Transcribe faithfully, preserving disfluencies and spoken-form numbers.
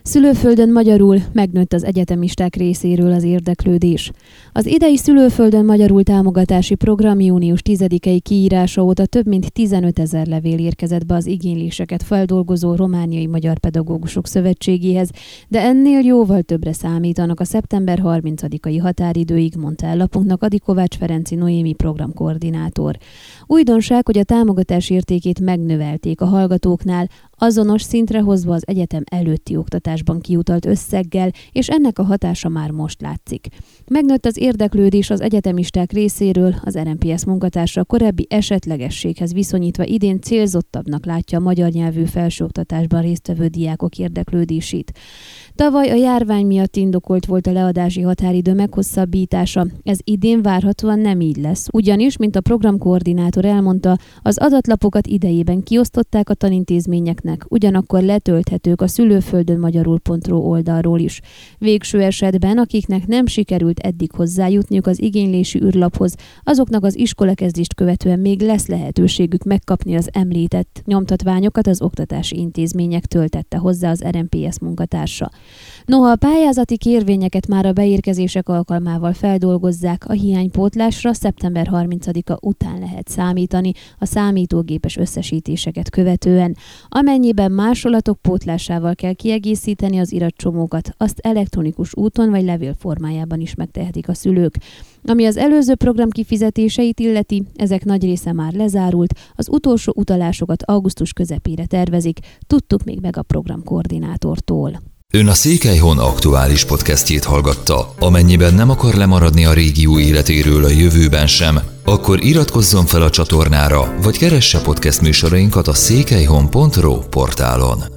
Szülőföldön magyarul megnőtt az egyetemisták részéről az érdeklődés. Az idei Szülőföldön magyarul támogatási program június tizedikei kiírása óta több mint tizenötezer levél érkezett be az igényléseket feldolgozó Romániai Magyar Pedagógusok Szövetségéhez, de ennél jóval többre számítanak a szeptember harmincadikai határidőig, mondta el lapunknak Adi Kovács Ferenci Noémi programkoordinátor. Újdonság, hogy a támogatás értékét megnövelték a hallgatóknál, azonos szintre hozva az egyetem előtti oktatásban kiutalt összeggel, és ennek a hatása már most látszik. Megnőtt az érdeklődés az egyetemisták részéről, az er em pé es munkatársa a korábbi esetlegességhez viszonyítva idén célzottabbnak látja a magyar nyelvű felsőoktatásban résztvevő diákok érdeklődését. Tavaly a járvány miatt indokolt volt a leadási határidő meghosszabbítása, ez idén várhatóan nem így lesz, ugyanis, mint a programkoordinátor elmondta, az adatlapokat idejében kiosztották a tanintézményeknek, ugyanakkor letölthetők a szülőföldön magyarul pont ru oldalról is. Végső esetben, akiknek nem sikerült eddig hozzájutniuk az igénylési űrlaphoz, azoknak az iskolakezdést követően még lesz lehetőségük megkapni az említett nyomtatványokat az oktatási intézményektől, tette hozzá az er em pé es munkatársa. Noha a pályázati kérvényeket már a beérkezések alkalmával feldolgozzák, a hiánypótlásra szeptember harmincadika után lehet számítani a számítógépes összesítéseket követően. Amennyiben másolatok pótlásával kell kiegészíteni az iratcsomókat, azt elektronikus úton vagy levél formájában is megtehetik a szülők. Ami az előző program kifizetéseit illeti, ezek nagy része már lezárult, az utolsó utalásokat augusztus közepére tervezik, tudtuk még meg a programkoordinátortól. Ön a Székelyhon aktuális podcastjét hallgatta. Amennyiben nem akar lemaradni a régió életéről a jövőben sem, akkor iratkozzon fel a csatornára, vagy keresse podcast műsorainkat a székelyhon pont ru portálon.